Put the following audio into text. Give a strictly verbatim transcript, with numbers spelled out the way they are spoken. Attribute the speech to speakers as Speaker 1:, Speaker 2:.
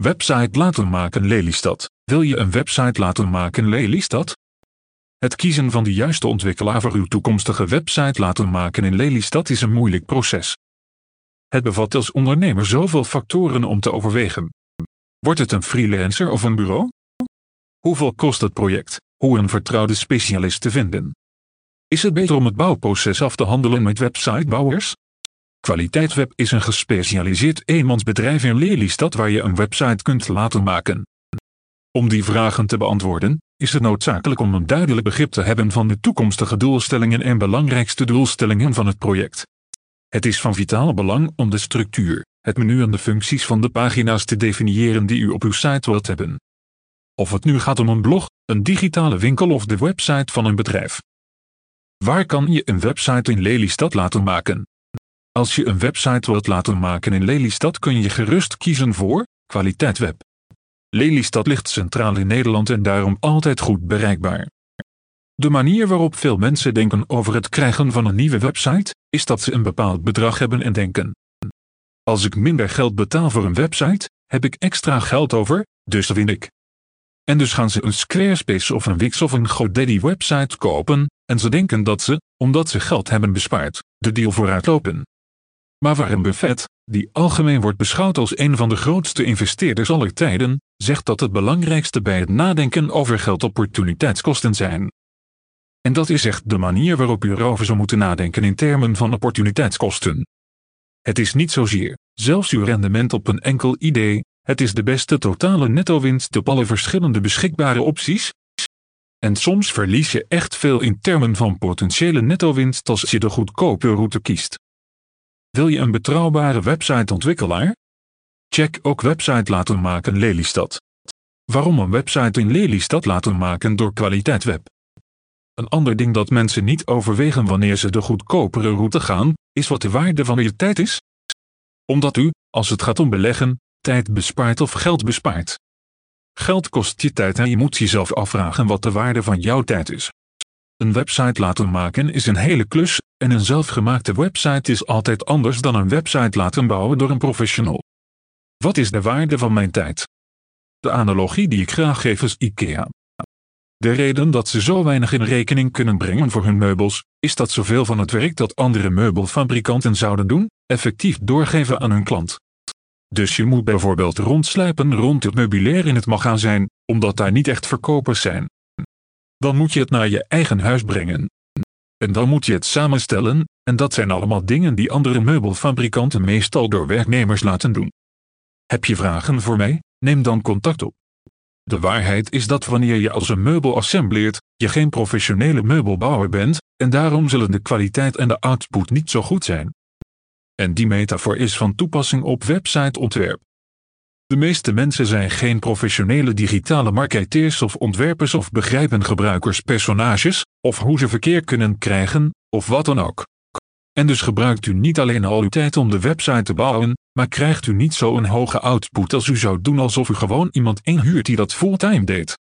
Speaker 1: Website laten maken Lelystad. Wil je een website laten maken Lelystad? Het kiezen van de juiste ontwikkelaar voor uw toekomstige website laten maken in Lelystad is een moeilijk proces. Het bevat als ondernemer zoveel factoren om te overwegen. Wordt het een freelancer of een bureau? Hoeveel kost het project? Hoe een vertrouwde specialist te vinden? Is het beter om het bouwproces af te handelen met websitebouwers? Kwaliteitweb is een gespecialiseerd eenmansbedrijf in Lelystad waar je een website kunt laten maken. Om die vragen te beantwoorden, is het noodzakelijk om een duidelijk begrip te hebben van de toekomstige doelstellingen en belangrijkste doelstellingen van het project. Het is van vitaal belang om de structuur, het menu en de functies van de pagina's te definiëren die u op uw site wilt hebben. Of het nu gaat om een blog, een digitale winkel of de website van een bedrijf. Waar kan je een website in Lelystad laten maken? Als je een website wilt laten maken in Lelystad kun je gerust kiezen voor kwaliteitweb. Lelystad ligt centraal in Nederland en daarom altijd goed bereikbaar. De manier waarop veel mensen denken over het krijgen van een nieuwe website, is dat ze een bepaald bedrag hebben en denken: als ik minder geld betaal voor een website, heb ik extra geld over, dus win ik. En dus gaan ze een Squarespace of een Wix of een GoDaddy website kopen, en ze denken dat ze, omdat ze geld hebben bespaard, de deal vooruit lopen. Maar Warren Buffett, die algemeen wordt beschouwd als een van de grootste investeerders aller tijden, zegt dat het belangrijkste bij het nadenken over geld opportuniteitskosten zijn. En dat is echt de manier waarop u erover zou moeten nadenken in termen van opportuniteitskosten. Het is niet zozeer, zelfs uw rendement op een enkel idee, het is de beste totale netto-winst op alle verschillende beschikbare opties. En soms verlies je echt veel in termen van potentiële netto-winst als je de goedkope route kiest. Wil je een betrouwbare websiteontwikkelaar? Check ook website laten maken Lelystad. Waarom een website in Lelystad laten maken door kwaliteitweb? Een ander ding dat mensen niet overwegen wanneer ze de goedkopere route gaan, is wat de waarde van je tijd is. Omdat u, als het gaat om beleggen, tijd bespaart of geld bespaart. Geld kost je tijd en je moet jezelf afvragen wat de waarde van jouw tijd is. Een website laten maken is een hele klus, en een zelfgemaakte website is altijd anders dan een website laten bouwen door een professional. Wat is de waarde van mijn tijd? De analogie die ik graag geef is IKEA. De reden dat ze zo weinig in rekening kunnen brengen voor hun meubels, is dat zoveel van het werk dat andere meubelfabrikanten zouden doen, effectief doorgeven aan hun klant. Dus je moet bijvoorbeeld rondslijpen rond het meubilair in het magazijn, omdat daar niet echt verkopers zijn. Dan moet je het naar je eigen huis brengen. En dan moet je het samenstellen, en dat zijn allemaal dingen die andere meubelfabrikanten meestal door werknemers laten doen. Heb je vragen voor mij? Neem dan contact op. De waarheid is dat wanneer je als een meubel assembleert, je geen professionele meubelbouwer bent, en daarom zullen de kwaliteit en de output niet zo goed zijn. En die metafoor is van toepassing op websiteontwerp. De meeste mensen zijn geen professionele digitale marketeers of ontwerpers of begrijpen gebruikerspersonages, of hoe ze verkeer kunnen krijgen, of wat dan ook. En dus gebruikt u niet alleen al uw tijd om de website te bouwen, maar krijgt u niet zo een hoge output als u zou doen alsof u gewoon iemand inhuurt die dat fulltime deed.